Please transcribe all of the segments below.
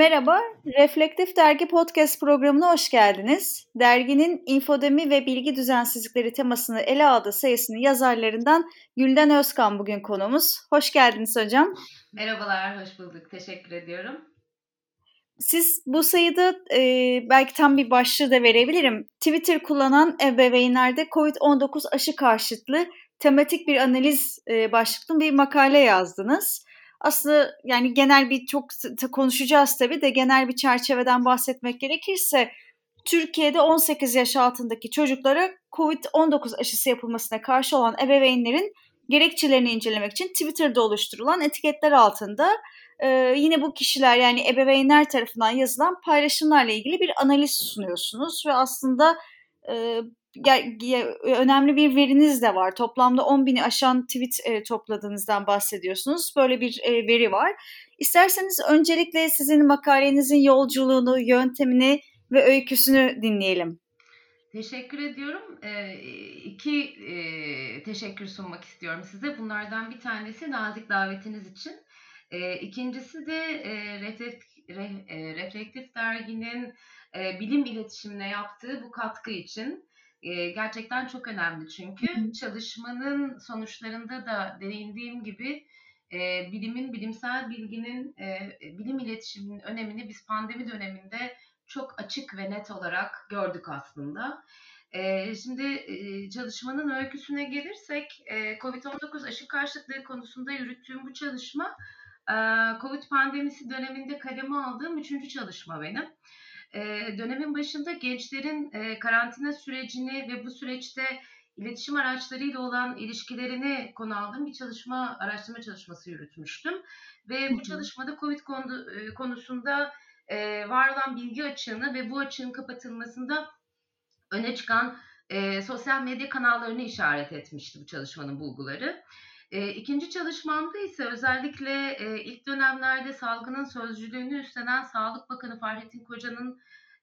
Merhaba, Reflektif Dergi Podcast programına hoş geldiniz. Derginin infodemi ve bilgi düzensizlikleri temasını ele aldığı sayısının yazarlarından Gülden Özkan bugün konuğumuz. Hoş geldiniz hocam. Merhabalar, hoş bulduk. Teşekkür ediyorum. Siz bu sayıda belki tam bir başlığı da verebilirim. Twitter kullanan ebeveynlerde COVID-19 aşı karşıtlığı tematik bir analiz başlıklı bir makale yazdınız. Aslında yani genel bir çok konuşacağız tabii de genel bir çerçeveden bahsetmek gerekirse Türkiye'de 18 yaş altındaki çocuklara COVID-19 aşısı yapılmasına karşı olan ebeveynlerin gerekçelerini incelemek için Twitter'da oluşturulan etiketler altında yine bu kişiler yani ebeveynler tarafından yazılan paylaşımlarla ilgili bir analiz sunuyorsunuz ve aslında önemli bir veriniz de var. Toplamda 10.000'i aşan tweet topladığınızdan bahsediyorsunuz. Böyle bir veri var. İsterseniz öncelikle sizin makalenizin yolculuğunu, yöntemini ve öyküsünü dinleyelim. Teşekkür ediyorum. İki teşekkür sunmak istiyorum size. Bunlardan bir tanesi nazik davetiniz için. İkincisi de Reflektif Dergi'nin bilim iletişimine yaptığı bu katkı için. Gerçekten çok önemli çünkü çalışmanın sonuçlarında da değindiğim gibi bilimsel bilginin, bilim iletişiminin önemini biz pandemi döneminde çok açık ve net olarak gördük aslında. Şimdi çalışmanın öyküsüne gelirsek, COVID-19 aşı karşıtlığı konusunda yürüttüğüm bu çalışma, COVID pandemisi döneminde kaleme aldığım 3. çalışma benim. Dönemin başında gençlerin karantina sürecini ve bu süreçte iletişim araçlarıyla olan ilişkilerini konu aldığım bir araştırma çalışması yürütmüştüm. Ve bu çalışmada COVID konusunda var olan bilgi açığını ve bu açığın kapatılmasında öne çıkan sosyal medya kanallarını işaret etmişti bu çalışmanın bulguları. İkinci çalışmamda ise özellikle ilk dönemlerde salgının sözcülüğünü üstlenen Sağlık Bakanı Fahrettin Koca'nın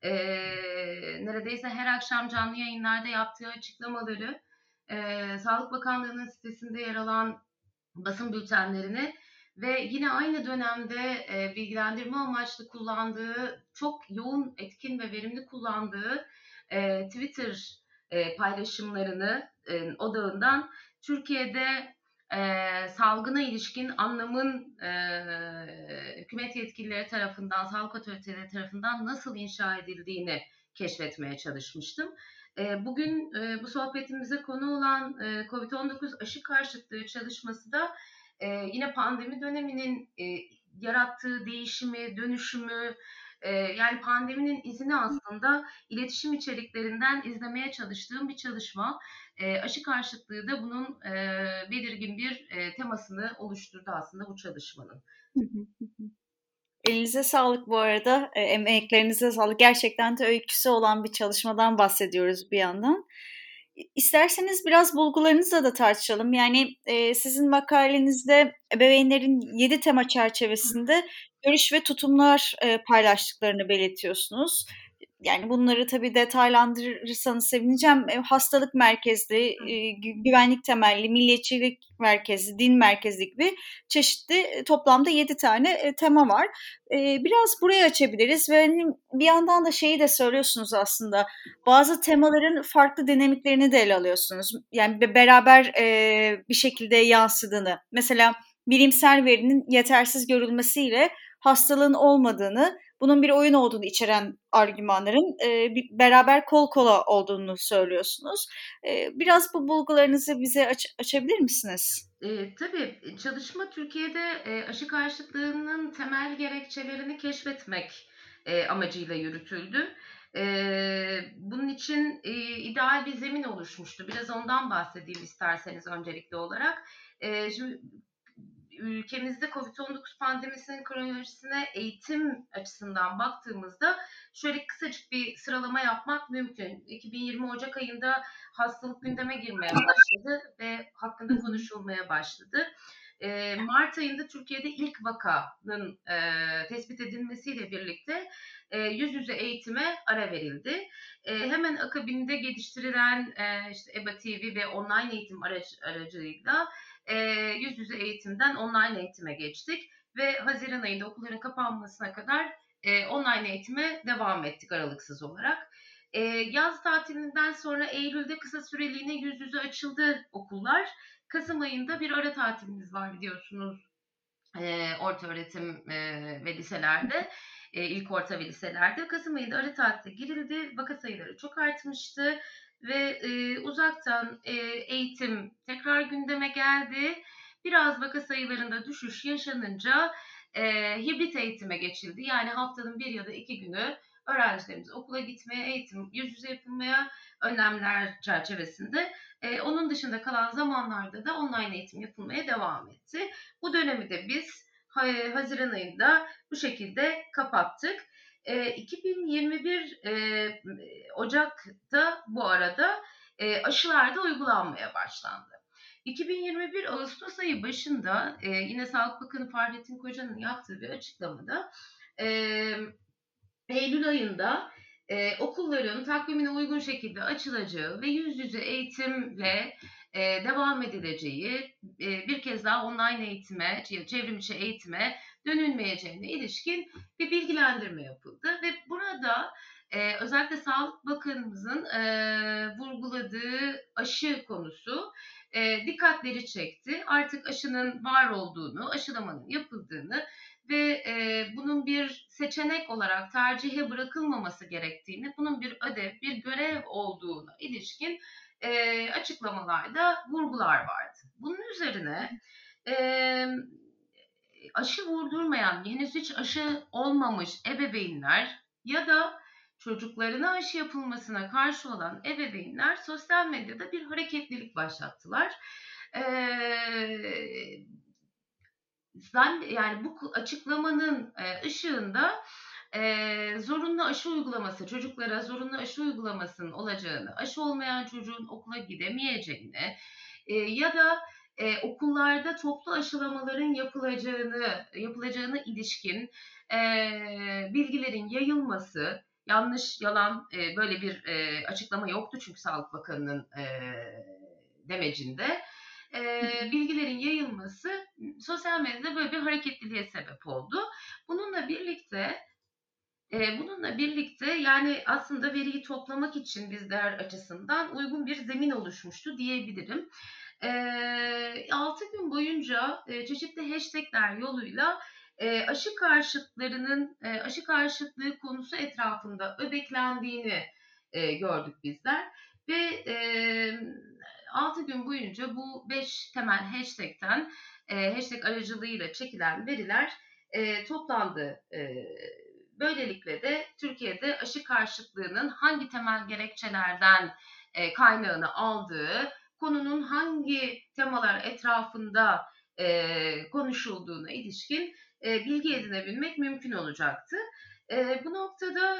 neredeyse her akşam canlı yayınlarda yaptığı açıklamaları, Sağlık Bakanlığı'nın sitesinde yer alan basın bültenlerini ve yine aynı dönemde bilgilendirme amaçlı kullandığı, çok yoğun, etkin ve verimli kullandığı Twitter paylaşımlarını odağından Türkiye'de salgına ilişkin anlamın hükümet yetkilileri tarafından, sağlık otoriteleri tarafından nasıl inşa edildiğini keşfetmeye çalışmıştım. Bugün bu sohbetimize konu olan COVID-19 aşı karşıtlığı çalışması da yine pandemi döneminin yarattığı değişimi, dönüşümü, yani pandeminin izini aslında iletişim içeriklerinden izlemeye çalıştığım bir çalışma. Aşı karşıtlığı da bunun belirgin bir temasını oluşturdu aslında bu çalışmanın. Elinize sağlık bu arada, emeklerinize sağlık. Gerçekten de öyküsü olan bir çalışmadan bahsediyoruz bir yandan. İsterseniz biraz bulgularınızla da tartışalım. Yani sizin makalenizde ebeveynlerin 7 tema çerçevesinde görüş ve tutumlar paylaştıklarını belirtiyorsunuz. Yani bunları tabii detaylandırırsanız sevineceğim. Hastalık merkezli, güvenlik temelli, milliyetçilik merkezli, din merkezli gibi çeşitli toplamda 7 tane tema var. Biraz burayı açabiliriz ve hani bir yandan da şeyi de söylüyorsunuz aslında. Bazı temaların farklı dinamiklerini de ele alıyorsunuz. Yani beraber bir şekilde yansıdığını. Mesela bilimsel verinin yetersiz görülmesiyle hastalığın olmadığını, bunun bir oyun olduğunu içeren argümanların beraber kol kola olduğunu söylüyorsunuz. Biraz bu bulgularınızı bize açabilir misiniz? Tabii çalışma Türkiye'de aşı karşıtlığının temel gerekçelerini keşfetmek amacıyla yürütüldü. Bunun için ideal bir zemin oluşmuştu. Biraz ondan bahsedeyim isterseniz öncelikli olarak. Şimdi ülkemizde COVID-19 pandemisinin kronolojisine eğitim açısından baktığımızda şöyle kısacık bir sıralama yapmak mümkün. 2020 Ocak ayında hastalık gündeme girmeye başladı ve hakkında konuşulmaya başladı. Mart ayında Türkiye'de ilk vakanın tespit edilmesiyle birlikte yüz yüze eğitime ara verildi. Hemen akabinde geliştirilen işte EBA TV ve online eğitim aracılığıyla yüz yüze eğitimden online eğitime geçtik ve Haziran ayında okulların kapanmasına kadar online eğitime devam ettik aralıksız olarak. Yaz tatilinden sonra Eylül'de kısa süreliğine yüz yüze açıldı okullar. Kasım ayında bir ara tatilimiz var biliyorsunuz, orta öğretim ve liselerde, ilk orta ve liselerde. Kasım ayında ara tatile girildi. Vaka sayıları çok artmıştı ve uzaktan eğitim tekrar gündeme geldi. Biraz vaka sayılarında düşüş yaşanınca hibrit eğitime geçildi. Yani haftanın bir ya da iki günü öğrencilerimiz okula gitmeye, eğitim yüz yüze yapılmaya, önlemler çerçevesinde. Onun dışında kalan zamanlarda da online eğitim yapılmaya devam etti. Bu dönemi de biz Haziran ayında bu şekilde kapattık. 2021 Ocak'ta bu arada aşılar da uygulanmaya başlandı. 2021 Ağustos ayı başında yine Sağlık Bakanı Fahrettin Koca'nın yaptığı bir açıklamada Eylül ayında okulların takvimine uygun şekilde açılacağı ve yüz yüze eğitimle devam edileceği, bir kez daha online eğitime, çevrim içi eğitime dönülmeyeceğine ilişkin bir bilgilendirme yapıldı. Ve burada özellikle Sağlık Bakanımızın vurguladığı aşı konusu dikkatleri çekti. Artık aşının var olduğunu, aşılamanın yapıldığını ve bunun bir seçenek olarak tercihe bırakılmaması gerektiğini, bunun bir ödev, bir görev olduğuna ilişkin açıklamalarda vurgular vardı. Bunun üzerine aşı vurdurmayan, henüz hiç aşı olmamış ebeveynler ya da çocuklarına aşı yapılmasına karşı olan ebeveynler sosyal medyada bir hareketlilik başlattılar. Yani bu açıklamanın ışığında zorunlu aşı uygulaması, çocuklara zorunlu aşı uygulamasının olacağını, aşı olmayan çocuğun okula gidemeyeceğini ya da okullarda toplu aşılamaların yapılacağına ilişkin bilgilerin yayılması, yanlış, yalan böyle bir açıklama yoktu çünkü Sağlık Bakanı'nın demecinde. Bilgilerin yayılması sosyal medyada böyle bir hareketliliğe sebep oldu. Bununla birlikte yani aslında veriyi toplamak için bizler açısından uygun bir zemin oluşmuştu diyebilirim. 6 gün boyunca çeşitli hashtagler yoluyla aşı karşıtlarının aşı karşıtlığı konusu etrafında öbeklendiğini gördük bizler ve 6 gün boyunca bu 5 temel hashtag'ten hashtag aracılığıyla çekilen veriler toplandı. Böylelikle de Türkiye'de aşı karşıtlığının hangi temel gerekçelerden kaynağını aldığı, konunun hangi temalar etrafında konuşulduğuna ilişkin bilgi edinebilmek mümkün olacaktı. Bu noktada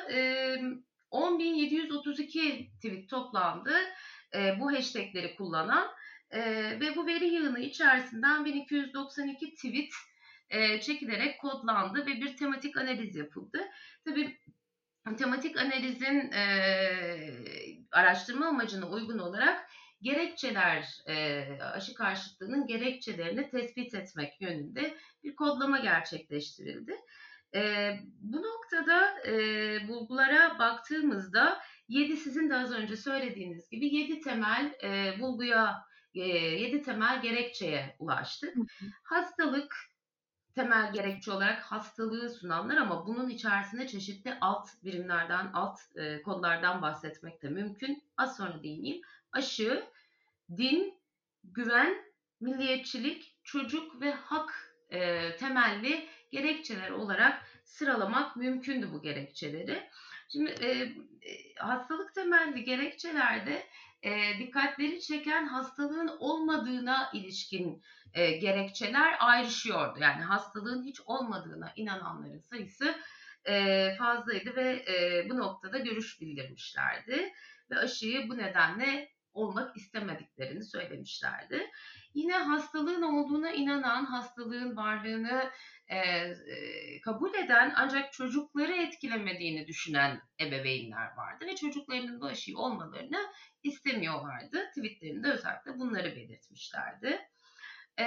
10.732 tweet toplandı bu hashtagleri kullanan ve bu veri yığını içerisinden 1292 tweet çekilerek kodlandı ve bir tematik analiz yapıldı. Tabii tematik analizin araştırma amacına uygun olarak gerekçeler, aşı karşıtlığının gerekçelerini tespit etmek yönünde bir kodlama gerçekleştirildi. Bu noktada bulgulara baktığımızda sizin de az önce söylediğiniz gibi 7 temel bulguya, 7 temel gerekçeye ulaştık. Hastalık temel gerekçe olarak hastalığı sunanlar ama bunun içerisinde çeşitli alt birimlerden, alt kodlardan bahsetmek de mümkün. Az sonra değineyim. Aşı, din, güven, milliyetçilik, çocuk ve hak temelli gerekçeler olarak sıralamak mümkündü bu gerekçeleri. Şimdi hastalık temelli gerekçelerde dikkatleri çeken hastalığın olmadığına ilişkin gerekçeler ayrışıyordu. Yani hastalığın hiç olmadığına inananların sayısı fazlaydı ve bu noktada görüş bildirmişlerdi. Ve aşıyı bu nedenle olmak istemediklerini söylemişlerdi. Yine hastalığın olduğuna inanan, hastalığın varlığını kabul eden ancak çocukları etkilemediğini düşünen ebeveynler vardı ve çocuklarının bu aşıyı olmalarını istemiyorlardı. Tweetlerinde özellikle bunları belirtmişlerdi.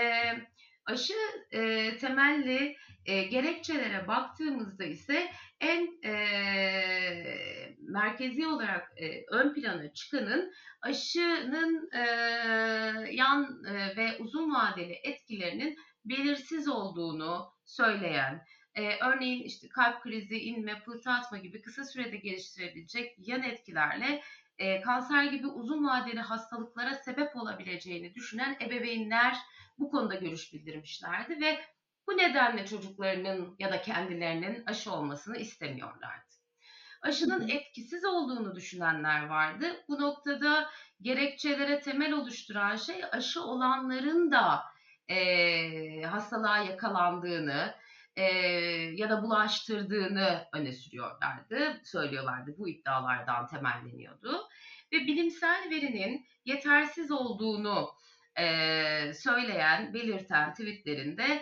Aşı temelli gerekçelere baktığımızda ise en merkezi olarak ön plana çıkanın aşının yan ve uzun vadeli etkilerinin belirsiz olduğunu söyleyen, örneğin işte kalp krizi, inme, pıhtı atma gibi kısa sürede geliştirebilecek yan etkilerle kanser gibi uzun vadeli hastalıklara sebep olabileceğini düşünen ebeveynler bu konuda görüş bildirmişlerdi ve bu nedenle çocuklarının ya da kendilerinin aşı olmasını istemiyorlardı. Aşının etkisiz olduğunu düşünenler vardı. Bu noktada gerekçelere temel oluşturan şey aşı olanların da hastalığa yakalandığını ya da bulaştırdığını öne sürüyorlardı, söylüyorlardı. Bu iddialardan temelleniyordu. Ve bilimsel verinin yetersiz olduğunu söyleyen, belirten tweetlerinde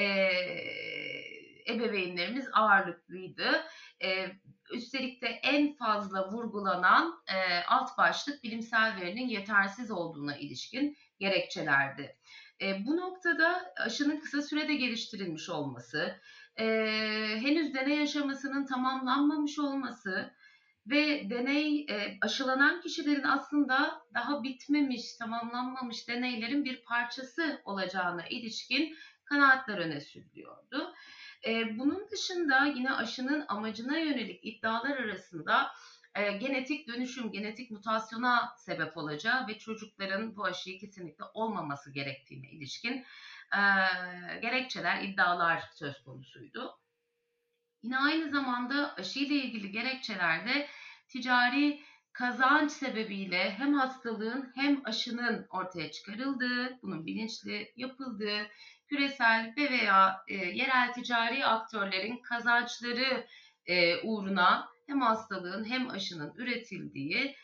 ebeveynlerimiz ağırlıklıydı. Üstelik de en fazla vurgulanan alt başlık bilimsel verinin yetersiz olduğuna ilişkin gerekçelerdi. Bu noktada aşının kısa sürede geliştirilmiş olması, henüz deney aşamasının tamamlanmamış olması ve aşılanan kişilerin aslında daha bitmemiş, tamamlanmamış deneylerin bir parçası olacağına ilişkin kanaatler öne sürülüyordu. Bunun dışında yine aşının amacına yönelik iddialar arasında genetik dönüşüm, genetik mutasyona sebep olacağı ve çocukların bu aşıyı kesinlikle olmaması gerektiğine ilişkin gerekçeler, iddialar söz konusuydu. Yine aynı zamanda aşıyla ilgili gerekçelerde ticari kazanç sebebiyle hem hastalığın hem aşının ortaya çıkarıldığı, bunun bilinçli yapıldığı, küresel ve veya yerel ticari aktörlerin kazançları uğruna hem hastalığın hem aşının üretildiği,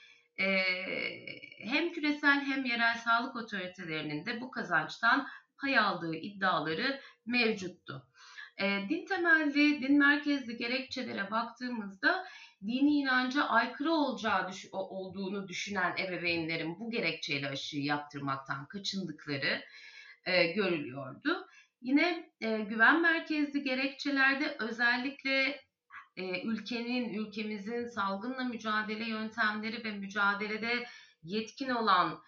hem küresel hem yerel sağlık otoritelerinin de bu kazançtan pay aldığı iddiaları mevcuttu. Din temelli, din merkezli gerekçelere baktığımızda dini inanca aykırı olduğunu düşünen ebeveynlerin bu gerekçeyle aşıyı yaptırmaktan kaçındıkları görülüyordu. Yine güven merkezli gerekçelerde özellikle ülkemizin salgınla mücadele yöntemleri ve mücadelede yetkin olan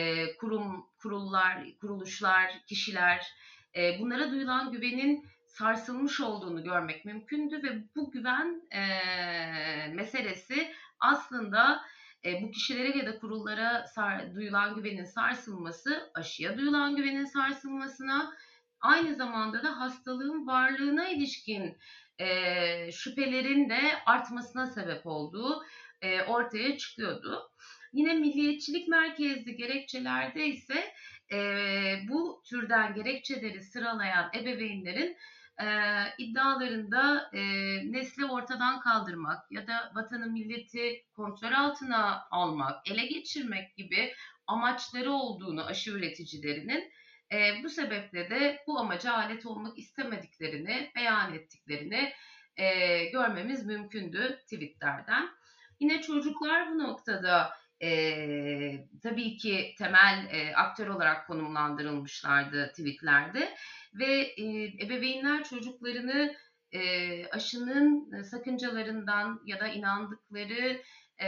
kuruluşlar, kişiler, bunlara duyulan güvenin sarsılmış olduğunu görmek mümkündü ve bu güven meselesi aslında bu kişilere ya da kurullara duyulan güvenin sarsılması, aşıya duyulan güvenin sarsılmasına, aynı zamanda da hastalığın varlığına ilişkin şüphelerin de artmasına sebep olduğu ortaya çıkıyordu. Yine milliyetçilik merkezli gerekçelerde ise bu türden gerekçeleri sıralayan ebeveynlerin iddialarında nesli ortadan kaldırmak ya da vatanı milleti kontrol altına almak, ele geçirmek gibi amaçları olduğunu aşı üreticilerinin, bu sebeple de bu amaca alet olmak istemediklerini beyan ettiklerini görmemiz mümkündü tweetlerden. Yine çocuklar bu noktada tabii ki temel aktör olarak konumlandırılmışlardı tweetlerde ve ebeveynler çocuklarını aşının sakıncalarından ya da inandıkları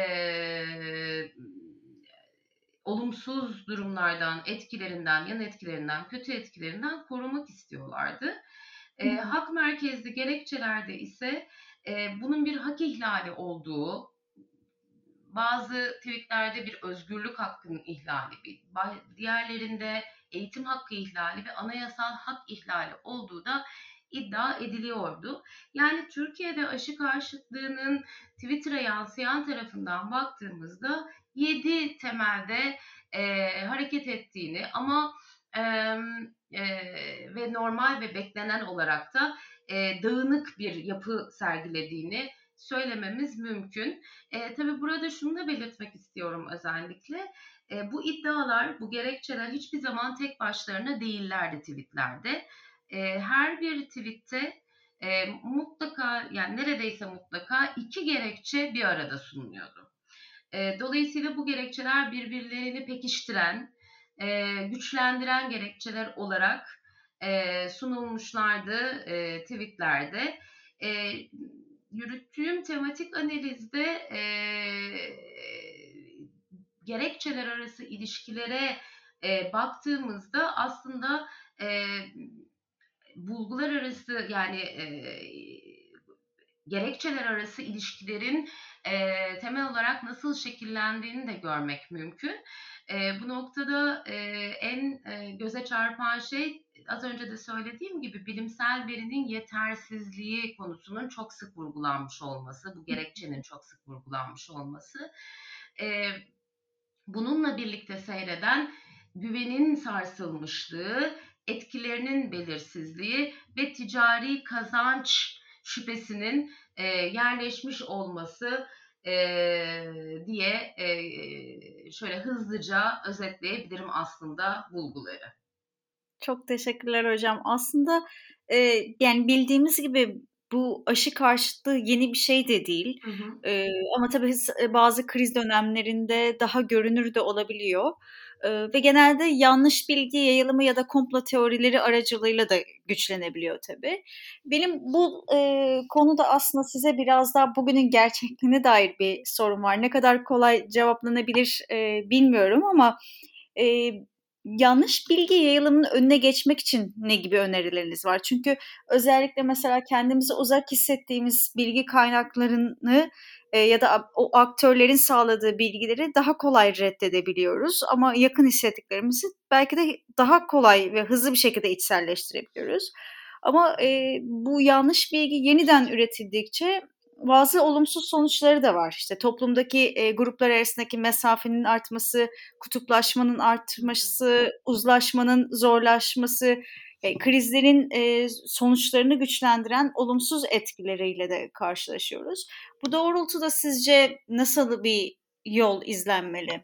olumsuz durumlardan, etkilerinden, yan etkilerinden, kötü etkilerinden korumak istiyorlardı. Hak merkezli gerekçelerde ise bunun bir hak ihlali olduğu, bazı tweetlerde bir özgürlük hakkının ihlali, diğerlerinde eğitim hakkı ihlali ve anayasal hak ihlali olduğu da iddia ediliyordu. Yani Türkiye'de aşı karşıtlığının Twitter'a yansıyan tarafından baktığımızda 7 temelde hareket ettiğini ama ve normal ve beklenen olarak da dağınık bir yapı sergilediğini söylememiz mümkün. Tabii burada şunu da belirtmek istiyorum özellikle. Bu iddialar, bu gerekçeler hiçbir zaman tek başlarına değillerdi tweetlerde. Her bir tweette mutlaka, yani neredeyse mutlaka 2 gerekçe bir arada sunuluyordu. Dolayısıyla bu gerekçeler birbirlerini pekiştiren, güçlendiren gerekçeler olarak sunulmuşlardı tweetlerde. yürüttüğüm tematik analizde gerekçeler arası ilişkilere baktığımızda aslında e, bulgular arası yani gerekçeler arası ilişkilerin temel olarak nasıl şekillendiğini de görmek mümkün. Bu noktada en göze çarpan şey az önce de söylediğim gibi bilimsel verinin yetersizliği konusunun çok sık vurgulanmış olması, bu gerekçenin çok sık vurgulanmış olması. E, Bununla birlikte seyreden güvenin sarsılmışlığı, etkilerinin belirsizliği ve ticari kazanç şüphesinin yerleşmiş olması e, diye şöyle hızlıca özetleyebilirim aslında bulguları. Çok teşekkürler hocam. Aslında, yani bildiğimiz gibi bu aşı karşıtlığı yeni bir şey de değil. Hı hı. Ama tabii bazı kriz dönemlerinde daha görünür de olabiliyor. Ve genelde yanlış bilgi yayılımı ya da komplo teorileri aracılığıyla da güçlenebiliyor tabii. Benim bu konuda aslında size biraz daha bugünün gerçekliğine dair bir sorum var. Ne kadar kolay cevaplanabilir bilmiyorum ama e, yanlış bilgi yayılımının önüne geçmek için ne gibi önerileriniz var? Çünkü özellikle mesela kendimizi uzak hissettiğimiz bilgi kaynaklarını ya da o aktörlerin sağladığı bilgileri daha kolay reddedebiliyoruz. Ama yakın hissettiklerimizi belki de daha kolay ve hızlı bir şekilde içselleştirebiliyoruz. Ama bu yanlış bilgi yeniden üretildikçe bazı olumsuz sonuçları da var. İşte toplumdaki gruplar arasındaki mesafenin artması, kutuplaşmanın artması, uzlaşmanın zorlaşması, krizlerin sonuçlarını güçlendiren olumsuz etkileriyle de karşılaşıyoruz. Bu doğrultuda sizce nasıl bir yol izlenmeli?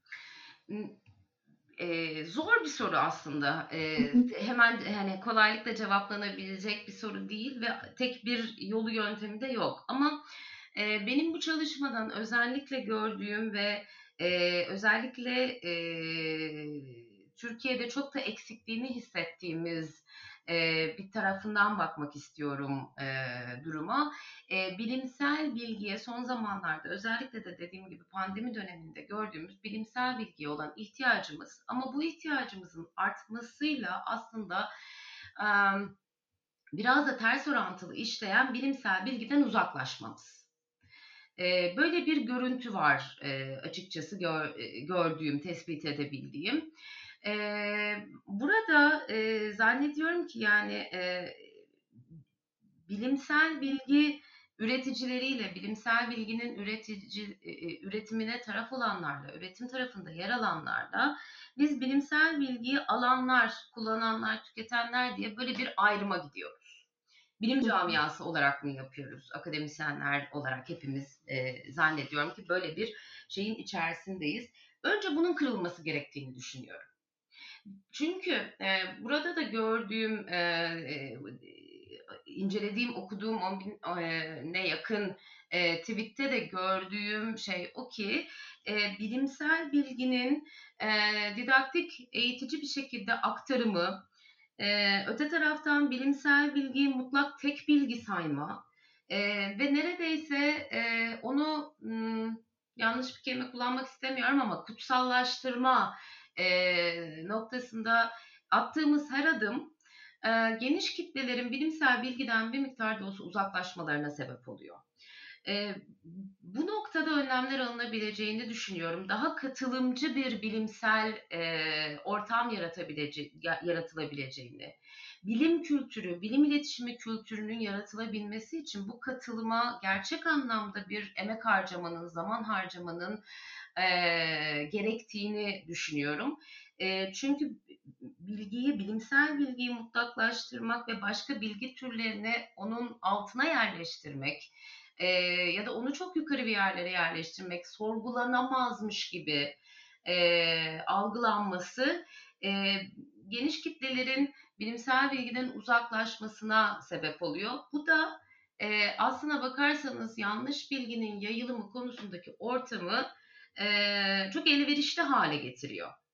Zor bir soru aslında. Hemen hani kolaylıkla cevaplanabilecek bir soru değil ve tek bir yolu yöntemi de yok. Ama benim bu çalışmadan özellikle gördüğüm ve özellikle Türkiye'de çok da eksikliğini hissettiğimiz bir tarafından bakmak istiyorum duruma. Bilimsel bilgiye son zamanlarda özellikle de dediğim gibi pandemi döneminde gördüğümüz bilimsel bilgiye olan ihtiyacımız ama bu ihtiyacımızın artmasıyla aslında biraz da ters orantılı işleyen bilimsel bilgiden uzaklaşmamız. Böyle bir görüntü var açıkçası gördüğüm, tespit edebildiğim. Burada zannediyorum ki yani bilimsel bilgi üreticileriyle, bilimsel bilginin üretimine taraf olanlarla, üretim tarafında yer alanlarla biz bilimsel bilgiyi alanlar, kullananlar, tüketenler diye böyle bir ayrıma gidiyoruz. Bilim camiası olarak mı yapıyoruz? Akademisyenler olarak hepimiz zannediyorum ki böyle bir şeyin içerisindeyiz. Önce bunun kırılması gerektiğini düşünüyorum. Çünkü burada da gördüğüm, incelediğim, okuduğum 10 ne yakın tweette de gördüğüm şey o ki bilimsel bilginin didaktik, eğitici bir şekilde aktarımı, öte taraftan bilimsel bilgiyi mutlak tek bilgi sayma ve neredeyse onu yanlış bir kelime kullanmak istemiyorum ama kutsallaştırma noktasında attığımız her adım geniş kitlelerin bilimsel bilgiden bir miktar da olsa uzaklaşmalarına sebep oluyor. Bu noktada önlemler alınabileceğini düşünüyorum. Daha katılımcı bir bilimsel ortam yaratılabileceğini, bilim kültürü, bilim iletişimi kültürünün yaratılabilmesi için bu katılıma gerçek anlamda bir emek harcamanın, zaman harcamanın gerektiğini düşünüyorum. Çünkü bilimsel bilgiyi mutlaklaştırmak ve başka bilgi türlerini onun altına yerleştirmek, ya da onu çok yukarı bir yerlere yerleştirmek, sorgulanamazmış gibi algılanması geniş kitlelerin bilimsel bilgiden uzaklaşmasına sebep oluyor. Bu da aslına bakarsanız yanlış bilginin yayılımı konusundaki ortamı çok elverişli hale getiriyor.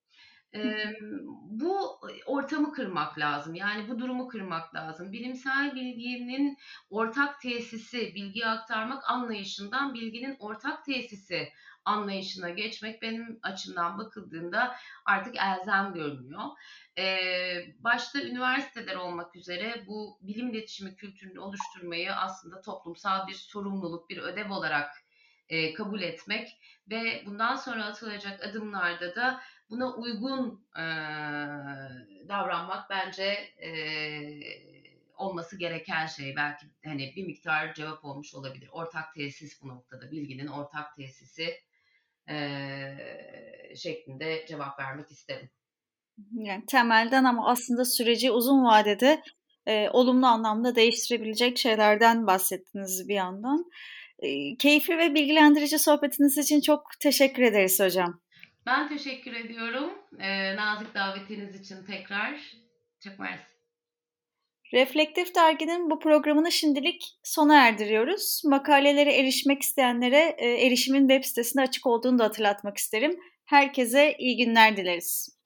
Bu ortamı kırmak lazım. Yani bu durumu kırmak lazım. Bilimsel bilginin ortak tesisi, bilgiyi aktarmak anlayışından bilginin ortak tesisi anlayışına geçmek benim açımdan bakıldığında artık elzem görünüyor. Başta üniversiteler olmak üzere bu bilim iletişimi kültürünü oluşturmayı aslında toplumsal bir sorumluluk, bir ödev olarak kabul etmek ve bundan sonra atılacak adımlarda da buna uygun davranmak bence olması gereken şey. Belki hani bir miktar cevap olmuş olabilir. Ortak tesis bu noktada, bilginin ortak tesisi şeklinde cevap vermek isterim. Yani temelden ama aslında süreci uzun vadede olumlu anlamda değiştirebilecek şeylerden bahsettiniz bir yandan. Keyifli ve bilgilendirici sohbetiniz için çok teşekkür ederiz hocam. Ben teşekkür ediyorum. Nazik davetiniz için tekrar. Çok mersi. Reflektif Dergi'nin bu programını şimdilik sona erdiriyoruz. Makalelere erişmek isteyenlere erişimin web sitesinde açık olduğunu da hatırlatmak isterim. Herkese iyi günler dileriz.